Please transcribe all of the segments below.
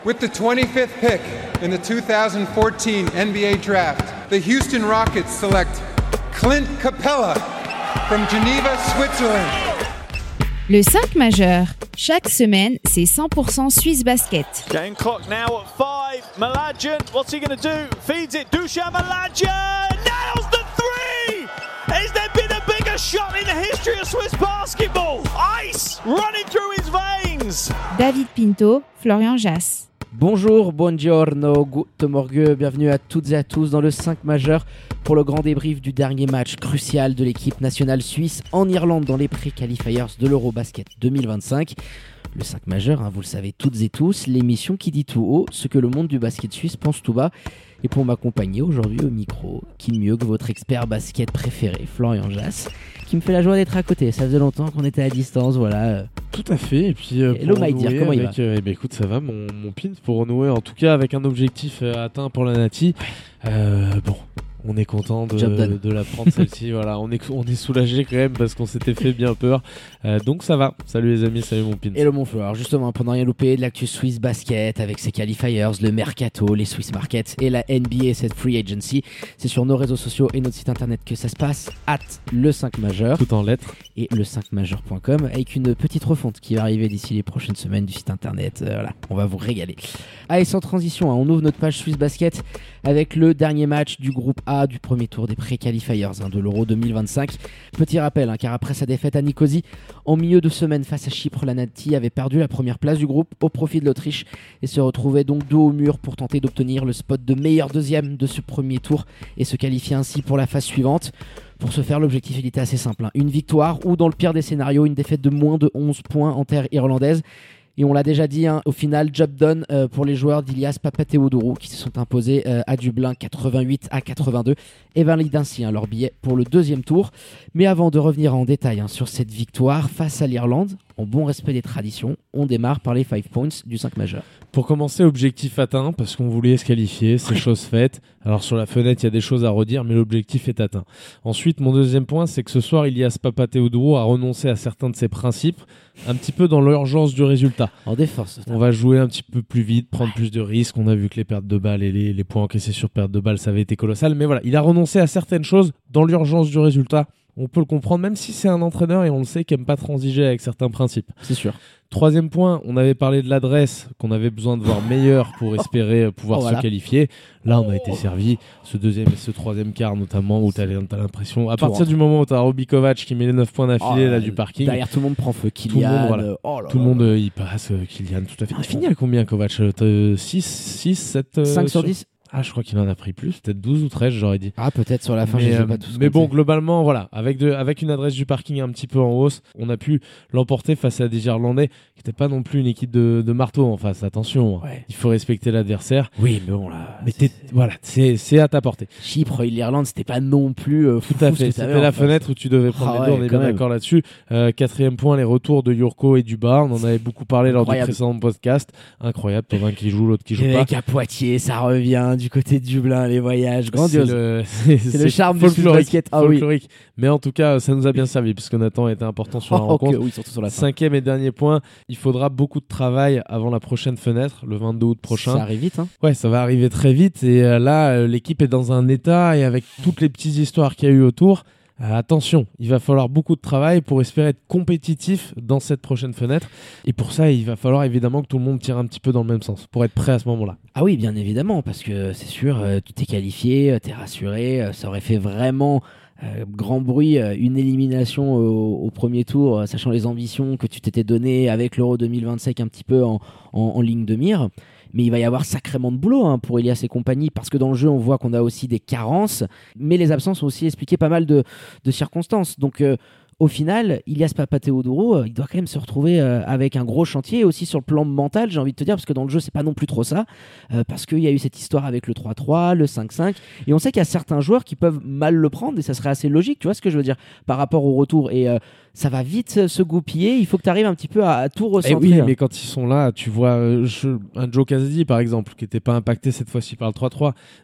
With the 25th pick in the 2014 NBA Draft, the Houston Rockets select Clint Capella from Geneva, Switzerland. Le 5 majeur. Chaque semaine, c'est 100% Suisse Basket. Game clock now at 5. Malajan, what's he going to do? Feeds it. Dusan Malajan nails the three! Has there been a bigger shot in the history of Swiss basketball? Ice running through his veins. David Pinto, Florian Jass. Bonjour, buongiorno, guten morgue, bienvenue à toutes et à tous dans le 5 majeur pour le grand débrief du dernier match crucial de l'équipe nationale suisse en Irlande dans les pré-qualifiers de l'Eurobasket 2025. Le 5 majeur, vous le savez toutes et tous, l'émission qui dit tout haut ce que le monde du basket suisse pense tout bas. Et pour m'accompagner aujourd'hui au micro, qui mieux que votre expert basket préféré, Florian Jass, qui me fait la joie d'être à côté. Ça faisait longtemps qu'on était à distance, voilà. Tout à fait. Et puis, hello Mike Dire, comment il va écoute, ça va, mon pin, pour renouer, en tout cas avec un objectif atteint pour la Nati. Bon, on est content de la prendre celle-ci. Voilà, on est soulagé quand même parce qu'on s'était fait bien peur. Donc ça va. Salut les amis, salut mon pin. Hello mon Fleur. Alors justement, pour ne rien louper de l'actu Swiss Basket avec ses qualifiers, le mercato, les Swiss Markets et la NBA et cette free agency, c'est sur nos réseaux sociaux et notre site internet que ça se passe, le 5 majeur. Tout en lettres. Et le 5majeur.com avec une petite refonte qui va arriver d'ici les prochaines semaines du site internet. Voilà, on va vous régaler. Allez, sans transition, on ouvre notre page Swiss Basket avec le dernier match du groupe A du premier tour des pré-qualifiers de l'Euro 2025. Petit rappel, car après sa défaite à Nicosie, en milieu de semaine face à Chypre, la Nati avait perdu la première place du groupe au profit de l'Autriche et se retrouvait donc dos au mur pour tenter d'obtenir le spot de meilleur deuxième de ce premier tour et se qualifier ainsi pour la phase suivante. Pour ce faire, l'objectif il était assez simple, une victoire ou dans le pire des scénarios, une défaite de moins de 11 points en terre irlandaise. Et on l'a déjà dit, au final, job done pour les joueurs d'Ilias Papatheodoulou qui se sont imposés à Dublin 88-82 et valident ainsi leur billet pour le deuxième tour. Mais avant de revenir en détail sur cette victoire face à l'Irlande, en bon respect des traditions, on démarre par les 5 points du 5 majeur. Pour commencer, objectif atteint, parce qu'on voulait se qualifier, c'est chose faite. Alors sur la fenêtre, il y a des choses à redire, mais l'objectif est atteint. Ensuite, mon deuxième point, c'est que ce soir, Ilias Papatheodoulou a renoncé à certains de ses principes, un petit peu dans l'urgence du résultat. En défense. On va jouer un petit peu plus vite, prendre plus de risques. On a vu que les pertes de balles et les points encaissés sur pertes de balles, ça avait été colossal. Mais voilà, il a renoncé à certaines choses dans l'urgence du résultat. On peut le comprendre, même si c'est un entraîneur et on le sait qui n'aime pas transiger avec certains principes. C'est sûr. Troisième point, on avait parlé de l'adresse qu'on avait besoin de voir meilleure pour espérer pouvoir se qualifier. Là, on a été servi. Ce deuxième et ce troisième quart, notamment, où tu as l'impression, à partir du moment où tu as Robbie Kovac qui met les 9 points d'affilée du parking. Derrière, tout le monde prend feu. Kylian, tout le monde y passe. Kylian, tout à fait. Il finit à combien, Kovac 6, 7 5 sur 10 Ah, je crois qu'il en a pris plus, peut-être 12 ou 13, j'aurais dit. Ah, peut-être sur la fin, j'ai pas tout mais bon, globalement, voilà, avec une adresse du parking un petit peu en hausse, on a pu l'emporter face à des Irlandais qui n'étaient pas non plus une équipe de marteau en face. Attention, il faut respecter l'adversaire. Oui, mais bon, là. Mais c'est à ta portée. Chypre et l'Irlande, c'était pas non plus. Tout à fait, c'était la fenêtre où tu devais prendre les deux, on est bien d'accord là-dessus. Quatrième point, les retours de Jurko et Duba. On en avait beaucoup parlé lors du précédent podcast. Incroyable, t'en as un qui joue, l'autre qui joue pas. Avec à Poitiers, ça revient. Du côté de Dublin, les voyages, grandiose. C'est le charme du basket. Folklorique. Mais en tout cas, ça nous a bien servi puisque Nathan était important sur la rencontre. Oui, surtout sur la fin. Cinquième et dernier point, il faudra beaucoup de travail avant la prochaine fenêtre, le 22 août prochain. Ça arrive vite, Ouais, ça va arriver très vite. Et là, l'équipe est dans un état et avec toutes les petites histoires qu'il y a eu autour. Attention, il va falloir beaucoup de travail pour espérer être compétitif dans cette prochaine fenêtre. Et pour ça, il va falloir évidemment que tout le monde tire un petit peu dans le même sens pour être prêt à ce moment-là. Ah oui, bien évidemment, parce que c'est sûr, tu es qualifié, tu es rassuré. Ça aurait fait vraiment grand bruit, une élimination au premier tour, sachant les ambitions que tu t'étais données avec l'Euro 2025 un petit peu en ligne de mire. Mais il va y avoir sacrément de boulot pour Ilias et compagnie, parce que dans le jeu, on voit qu'on a aussi des carences, mais les absences ont aussi expliqué pas mal de circonstances. Donc, au final, Ilias Papatheodoulou, il doit quand même se retrouver avec un gros chantier, aussi sur le plan mental, j'ai envie de te dire, parce que dans le jeu, c'est pas non plus trop ça, parce qu'il y a eu cette histoire avec le 3-3, le 5-5, et on sait qu'il y a certains joueurs qui peuvent mal le prendre, et ça serait assez logique, tu vois ce que je veux dire, par rapport au retour, et ça va vite se goupiller, il faut que tu arrives un petit peu à tout recentrer. Oui, mais quand ils sont là, tu vois un Joe Cassidy, par exemple, qui n'était pas impacté cette fois-ci par le 3-3, mais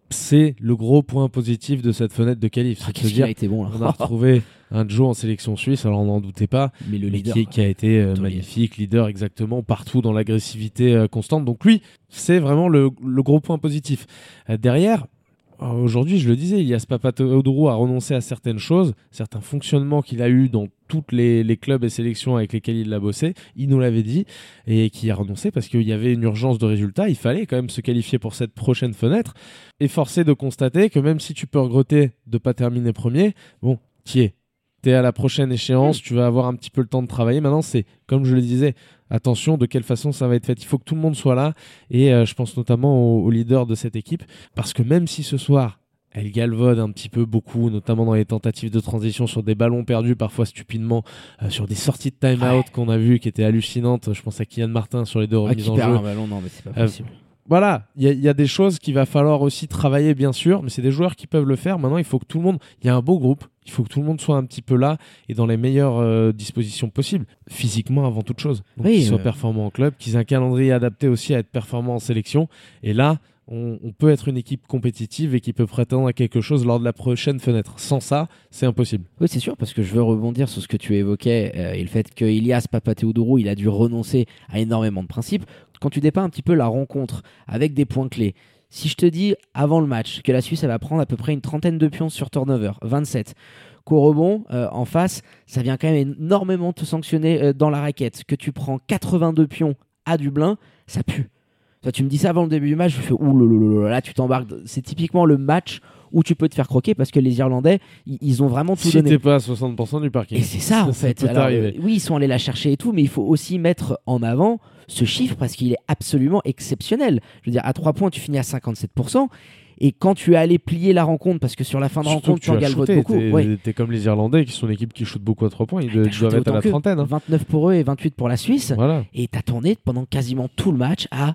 c'est le gros point positif de cette fenêtre de qualif. C'est de se dire, a été bon, là. on a retrouvé un Joe en sélection suisse, alors on n'en doutait pas, mais le leader qui a été magnifique, leader exactement, partout dans l'agressivité constante. Donc lui, c'est vraiment le gros point positif. Derrière, aujourd'hui, je le disais, Ilias Papatheodorou a renoncé à certaines choses, certains fonctionnements qu'il a eu dans tous les clubs et sélections avec lesquels il a bossé, il nous l'avait dit, et qui a renoncé parce qu'il y avait une urgence de résultats, il fallait quand même se qualifier pour cette prochaine fenêtre, et forcé de constater que même si tu peux regretter de ne pas terminer premier, bon, t'es à la prochaine échéance, tu vas avoir un petit peu le temps de travailler. Maintenant, c'est, comme je le disais, attention de quelle façon ça va être fait. Il faut que tout le monde soit là, et je pense notamment au leader de cette équipe, parce que même si ce soir, elle galvaude un petit peu beaucoup, notamment dans les tentatives de transition sur des ballons perdus, parfois stupidement, sur des sorties de time-out qu'on a vues qui étaient hallucinantes. Je pense à Kylian Martin sur les deux remises en jeu. Un ballon, non, mais c'est pas possible. Voilà, il y a des choses qu'il va falloir aussi travailler, bien sûr, mais c'est des joueurs qui peuvent le faire. Maintenant, il faut que tout le monde... Il y a un beau groupe, il faut que tout le monde soit un petit peu là et dans les meilleures dispositions possibles, physiquement avant toute chose. Donc, qu'ils soient performants en club, qu'ils aient un calendrier adapté aussi à être performants en sélection. Et là, on peut être une équipe compétitive et qui peut prétendre à quelque chose lors de la prochaine fenêtre. Sans ça, c'est impossible. Oui, c'est sûr, parce que je veux rebondir sur ce que tu évoquais et le fait que Ilias Papatheodorou, il a dû renoncer à énormément de principes. Quand tu dépeins un petit peu la rencontre avec des points clés, si je te dis avant le match que la Suisse elle va prendre à peu près une 30aine de pions sur turnover, 27, qu'au rebond, en face, ça vient quand même énormément te sanctionner dans la raquette, que tu prends 82 pions à Dublin, ça pue. Toi, tu me dis ça avant le début du match, je fais là tu t'embarques. C'est typiquement le match où tu peux te faire croquer parce que les Irlandais, ils ont vraiment tout donné. Si t'es pas à 60% du parking. Et c'est ça en fait. Alors, oui, ils sont allés la chercher et tout, mais il faut aussi mettre en avant ce chiffre parce qu'il est absolument exceptionnel. Je veux dire, à 3 points, tu finis à 57%. Et quand tu es allé plier la rencontre, parce que sur la fin de rencontre, tu en galvaudes beaucoup. T'es comme les Irlandais qui sont une équipe qui shoot beaucoup à 3 points. Ils doivent être à la trentaine. 29 pour eux et 28 pour la Suisse. Voilà. Et t'as tourné pendant quasiment tout le match à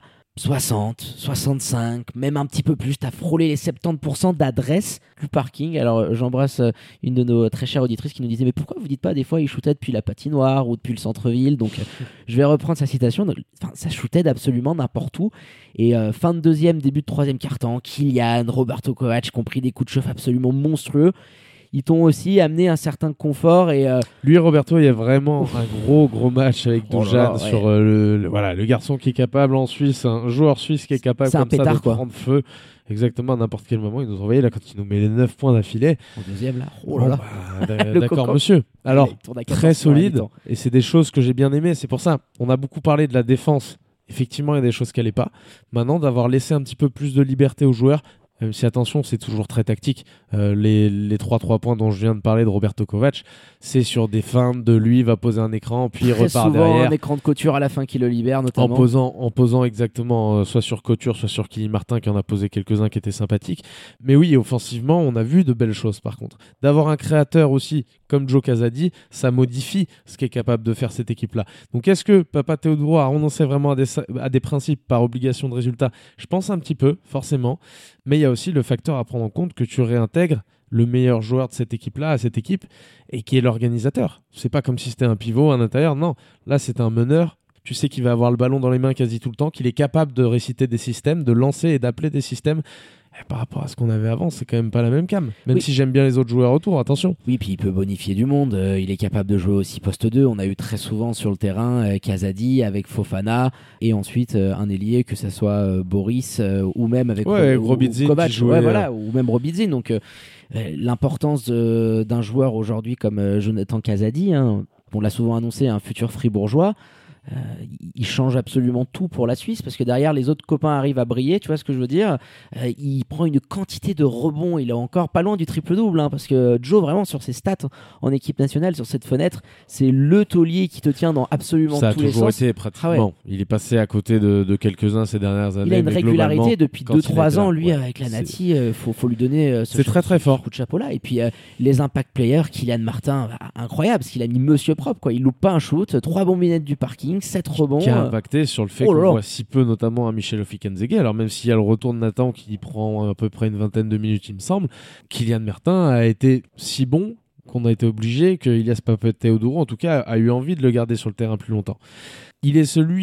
60, 65, même un petit peu plus. T'as frôlé les 70% d'adresse du parking. Alors j'embrasse une de nos très chères auditrices qui nous disait mais pourquoi vous dites pas des fois ils shootaient depuis la patinoire ou depuis le centre-ville. Donc je vais reprendre sa citation. Ça shootait absolument n'importe où. Et fin de deuxième, début de troisième quart-temps, Kylian, Roberto Kovac qui ont pris des coups de chauffe absolument monstrueux. Ils t'ont aussi amené un certain confort. Et lui, Roberto, il y a vraiment un gros match avec Dujan sur le garçon qui est capable en Suisse, un joueur suisse qui est capable comme ça de prendre feu exactement à n'importe quel moment. Il nous envoyait là quand il nous met les 9 points d'affilée. Au deuxième là. D'accord monsieur. Alors, très solide. Et c'est des choses que j'ai bien aimées. C'est pour ça, on a beaucoup parlé de la défense. Effectivement, il y a des choses qui n'allaient pas. Maintenant, d'avoir laissé un petit peu plus de liberté aux joueurs, même si attention, c'est toujours très tactique. Les 3 points dont je viens de parler de Roberto Kovac, c'est sur des feintes de lui, il va poser un écran, puis il repart derrière. Un écran de Couture à la fin qui le libère, notamment. En posant exactement, soit sur Couture, soit sur Kylian Martin, qui en a posé quelques-uns qui étaient sympathiques. Mais oui, offensivement, on a vu de belles choses par contre. D'avoir un créateur aussi, comme Joe Casady, ça modifie ce qu'est capable de faire cette équipe-là. Donc est-ce que Papatheodorou a renoncé vraiment à des principes par obligation de résultat ? Je pense un petit peu, forcément. Mais il y a aussi le facteur à prendre en compte que tu réintègres le meilleur joueur de cette équipe-là à cette équipe et qui est l'organisateur. C'est pas comme si c'était un pivot, un intérieur. Non, là c'est un meneur. Tu sais qu'il va avoir le ballon dans les mains quasi tout le temps, qu'il est capable de réciter des systèmes, de lancer et d'appeler des systèmes. Et par rapport à ce qu'on avait avant, c'est quand même pas la même cam. Même si j'aime bien les autres joueurs autour, attention. Oui, puis il peut bonifier du monde. Il est capable de jouer aussi poste 2. On a eu très souvent sur le terrain Casady avec Fofana et ensuite un ailier, que ce soit Boris ou même avec Robidzin Kovac, ou même Robidzin. Donc l'importance d'un joueur aujourd'hui comme Jonathan Casady, on l'a souvent annoncé, un futur fribourgeois. Il change absolument tout pour la Suisse parce que derrière les autres copains arrivent à briller, tu vois ce que je veux dire. Il prend une quantité de rebonds, il est encore pas loin du triple-double parce que Joe vraiment sur ses stats en équipe nationale, sur cette fenêtre, c'est le taulier qui te tient dans absolument tous les sens. Ça a toujours été pratiquement. Il est passé à côté de quelques-uns ces dernières années. Il a une régularité depuis 2-3 ans lui avec la Nati, faut lui donner ce très fort coup de chapeau là. Et puis les impact players, Kylian Martin, incroyable parce qu'il a mis monsieur propre quoi. Il loupe pas un shoot, 3 bombinettes du parking, 7 rebonds. Qui a impacté sur le fait qu'on voit si peu notamment à Michel Ofikenzege. Alors même s'il y a le retour de Nathan qui prend à peu près une vingtaine de minutes il me semble, Kylian Martin a été si bon qu'on a été obligé, que Ilias Papatheodorou en tout cas a eu envie de le garder sur le terrain plus longtemps. Il est celui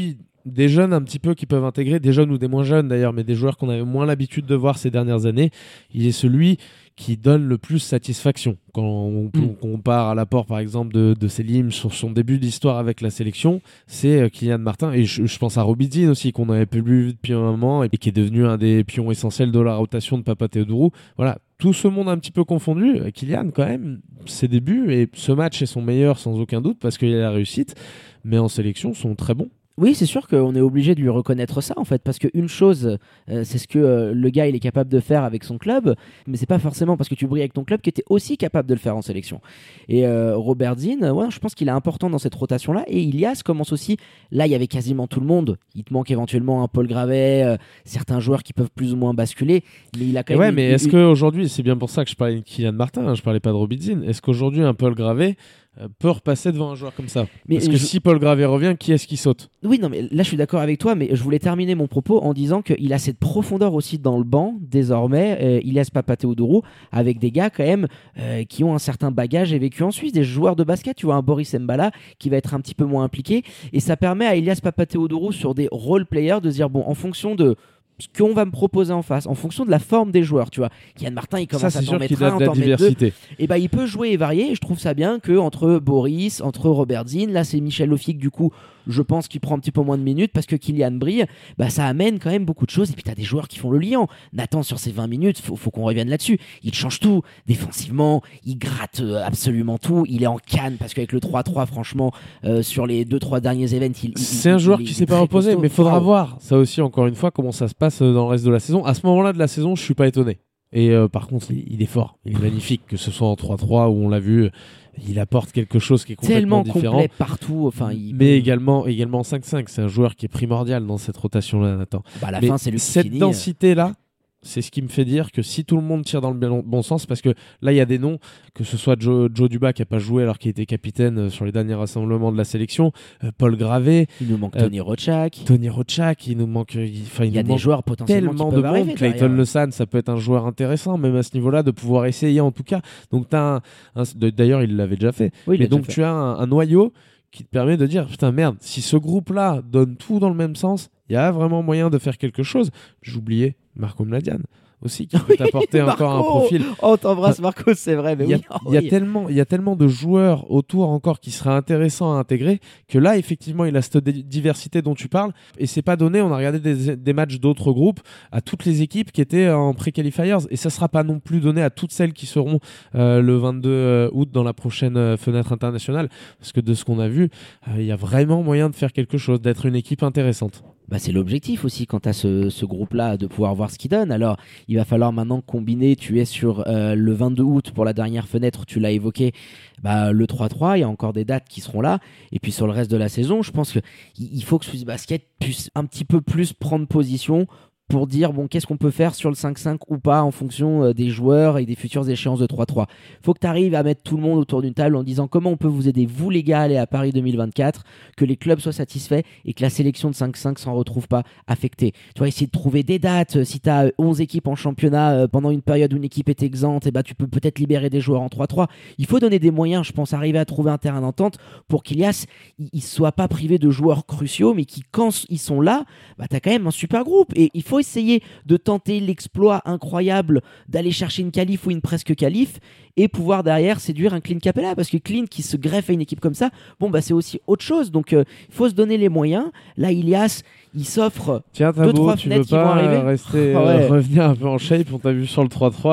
des jeunes un petit peu qui peuvent intégrer, des jeunes ou des moins jeunes d'ailleurs, mais des joueurs qu'on avait moins l'habitude de voir ces dernières années, il est celui qui donne le plus satisfaction. Quand on compare à l'apport par exemple de Selim sur son début d'histoire avec la sélection, c'est Kylian Martin, et je pense à Robidzin aussi, qu'on avait plus vu depuis un moment et qui est devenu un des pions essentiels de la rotation de Papa Théodorou. Voilà, tout ce monde un petit peu confondu, Kylian quand même, ses débuts, et ce match est son meilleur sans aucun doute parce qu'il a la réussite, mais en sélection sont très bons. Oui, c'est sûr qu'on est obligé de lui reconnaître ça en fait, parce qu'une chose, c'est ce que le gars il est capable de faire avec son club, mais c'est pas forcément parce que tu brilles avec ton club que tu es aussi capable de le faire en sélection. Et Robertson, ouais, je pense qu'il est important dans cette rotation-là, et Ilias commence aussi, là il y avait quasiment tout le monde, il te manque éventuellement un Paul Gravet, certains joueurs qui peuvent plus ou moins basculer, mais il a quand même... mais est-ce qu'aujourd'hui, c'est bien pour ça que je parlais de Kylian Martin, hein, je parlais pas de Robidzin, est-ce qu'aujourd'hui un Paul Gravet peut repasser devant un joueur comme ça? Parce que si Paul Gravet revient, qui est-ce qui saute? Oui, non, mais là je suis d'accord avec toi, mais je voulais terminer mon propos en disant qu'il a cette profondeur aussi dans le banc désormais, Ilias Papatheodorou, avec des gars quand même qui ont un certain bagage et vécu en Suisse, des joueurs de basket, tu vois, un Boris Mbala qui va être un petit peu moins impliqué, et ça permet à Ilias Papatheodorou sur des role players de se dire bon, en fonction de ce qu'on va me proposer en face, en fonction de la forme des joueurs, tu vois. Kylian Martin, il commence à t'en mettre un, on t'en met deux. Et bah, il peut jouer et varier. Et je trouve ça bien que entre Boris, entre Roberdzin, là c'est Michel Lofik, du coup, je pense qu'il prend un petit peu moins de minutes parce que Kylian brille. Bah, ça amène quand même beaucoup de choses. Et puis t'as des joueurs qui font le liant. Nathan, sur ces 20 minutes, faut qu'on revienne là-dessus. Il change tout défensivement, il gratte absolument tout. Il est en canne parce qu'avec le 3-3, franchement, sur les 2-3 derniers events, c'est un joueur qui s'est pas reposé, mais il faudra voir ça aussi encore une fois comment ça se passe dans le reste de la saison. À ce moment-là de la saison, je suis pas étonné. Et par contre, il est fort, il est magnifique, que ce soit en 3-3 où on l'a vu, il apporte quelque chose qui est complètement différent. Tellement complet partout. Enfin, mais également en 5-5, c'est un joueur qui est primordial dans cette rotation-là, Nathan. Bah à la fin, c'est lui qui cette finit, densité-là, c'est ce qui me fait dire que si tout le monde tire dans le bon sens, parce que là il y a des noms, que ce soit Joe Duba qui n'a pas joué alors qu'il était capitaine sur les derniers rassemblements de la sélection, Paul Gravet, il nous manque Tony Rotchak, il nous manque, il y a des joueurs potentiellement tellement qui peuvent de arriver monde. Clayton Le San, ça peut être un joueur intéressant même à ce niveau-là, de pouvoir essayer en tout cas. Donc d'ailleurs il l'avait déjà fait, oui, mais donc tu as un noyau qui te permet de dire putain merde, si ce groupe-là donne tout dans le même sens, il y a vraiment moyen de faire quelque chose. J'oubliais Marco Mladian aussi qui peut t'apporter encore un profil. Oh, t'embrasses Marco, c'est vrai. Mais il y a tellement de joueurs autour encore qui seraient intéressants à intégrer que là effectivement il a cette diversité dont tu parles, et c'est pas donné. On a regardé des matchs d'autres groupes à toutes les équipes qui étaient en pré-qualifiers, et ça sera pas non plus donné à toutes celles qui seront le 22 août dans la prochaine fenêtre internationale, parce que de ce qu'on a vu, il y a vraiment moyen de faire quelque chose, d'être une équipe intéressante. Bah, c'est l'objectif aussi quand tu as ce groupe-là, de pouvoir voir ce qu'il donne. Alors, il va falloir maintenant combiner. Tu es sur le 22 août pour la dernière fenêtre, tu l'as évoqué, le 3-3, il y a encore des dates qui seront là. Et puis sur le reste de la saison, je pense qu'il faut que Swiss Basket puisse un petit peu plus prendre position pour dire bon, qu'est-ce qu'on peut faire sur le 5-5 ou pas en fonction des joueurs et des futures échéances de 3-3. Il faut que tu arrives à mettre tout le monde autour d'une table en disant comment on peut vous aider, vous les gars, à aller à Paris 2024, que les clubs soient satisfaits et que la sélection de 5-5 s'en retrouve pas affectée. Tu vas essayer de trouver des dates. Si tu as 11 équipes en championnat pendant une période où une équipe est exempte, et tu peux peut-être libérer des joueurs en 3-3. Il faut donner des moyens, je pense, arriver à trouver un terrain d'entente pour qu'Ilias ne soit pas privé de joueurs cruciaux, mais qui, quand ils sont là, tu as quand même un super groupe. Et il faut essayer de tenter l'exploit incroyable d'aller chercher une qualif ou une presque qualif et pouvoir derrière séduire un Clint Capella, parce que Clint qui se greffe à une équipe comme ça, c'est aussi autre chose. Donc il faut se donner les moyens. Là, Ilias, il s'offre 2-3 fenêtres qui vont arriver. Revenir un peu en shape, on t'a vu sur le 3-3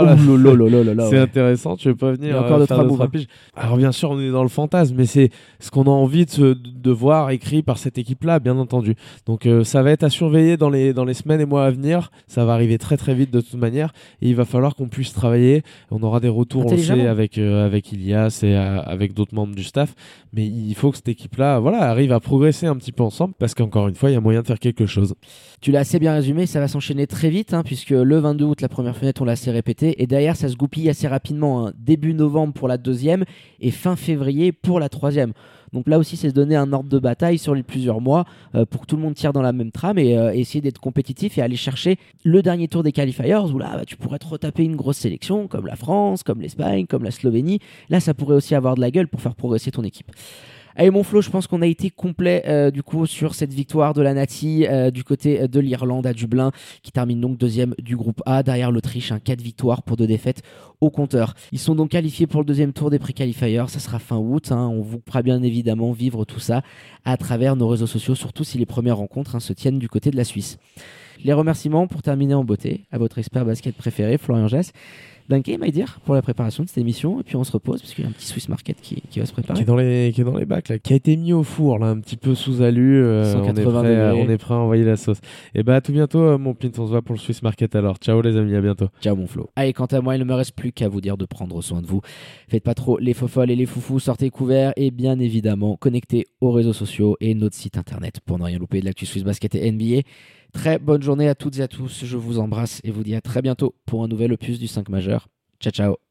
là. C'est intéressant, tu veux pas venir faire notre rapide. Alors bien sûr, on est dans le fantasme, mais c'est ce qu'on a envie de voir écrit par cette équipe-là, bien entendu. Donc ça va être à surveiller dans les semaines et mois à venir. Ça va arriver très très vite de toute manière, et il va falloir qu'on puisse travailler. On aura des retours, on le sait, avec Ilias et avec d'autres membres du staff, mais il faut que cette équipe-là arrive à progresser un petit peu ensemble, parce qu'encore une fois, il y a moyen de faire quelque chose. Tu l'as assez bien résumé, ça va s'enchaîner très vite, puisque le 22 août, la première fenêtre, on l'a assez répété, et derrière ça se goupille assez rapidement, début novembre pour la deuxième et fin février pour la troisième. Donc là aussi, c'est se donner un ordre de bataille sur les plusieurs mois pour que tout le monde tire dans la même trame et essayer d'être compétitif et aller chercher le dernier tour des qualifiers, où là, tu pourrais te retaper une grosse sélection comme la France, comme l'Espagne, comme la Slovénie. Là, ça pourrait aussi avoir de la gueule pour faire progresser ton équipe. Allez mon Flo, je pense qu'on a été complet du coup sur cette victoire de la Nati du côté de l'Irlande à Dublin, qui termine donc deuxième du groupe A derrière l'Autriche, 4 victoires pour 2 défaites au compteur. Ils sont donc qualifiés pour le deuxième tour des pré-qualifiers, ça sera fin août, on vous fera bien évidemment vivre tout ça à travers nos réseaux sociaux, surtout si les premières rencontres se tiennent du côté de la Suisse. Les remerciements pour terminer en beauté à votre expert basket préféré, Florian Jess. Danke, Maïdir, pour la préparation de cette émission. Et puis on se repose, parce qu'il y a un petit Swiss Market qui va se préparer. Qui est dans les bacs, là, qui a été mis au four, là, un petit peu sous alu. On est prêt à envoyer la sauce. Et à tout bientôt, mon Pint. On se voit pour le Swiss Market alors. Ciao les amis, à bientôt. Ciao mon Flo. Allez, quant à moi, il ne me reste plus qu'à vous dire de prendre soin de vous. Faites pas trop les faux folles et les foufous, sortez couverts et bien évidemment, connectez aux réseaux sociaux et notre site internet pour ne rien louper de l'actu Swiss Basket et NBA. Très bonne journée à toutes et à tous. Je vous embrasse et vous dis à très bientôt pour un nouvel opus du 5 majeur. Ciao, ciao.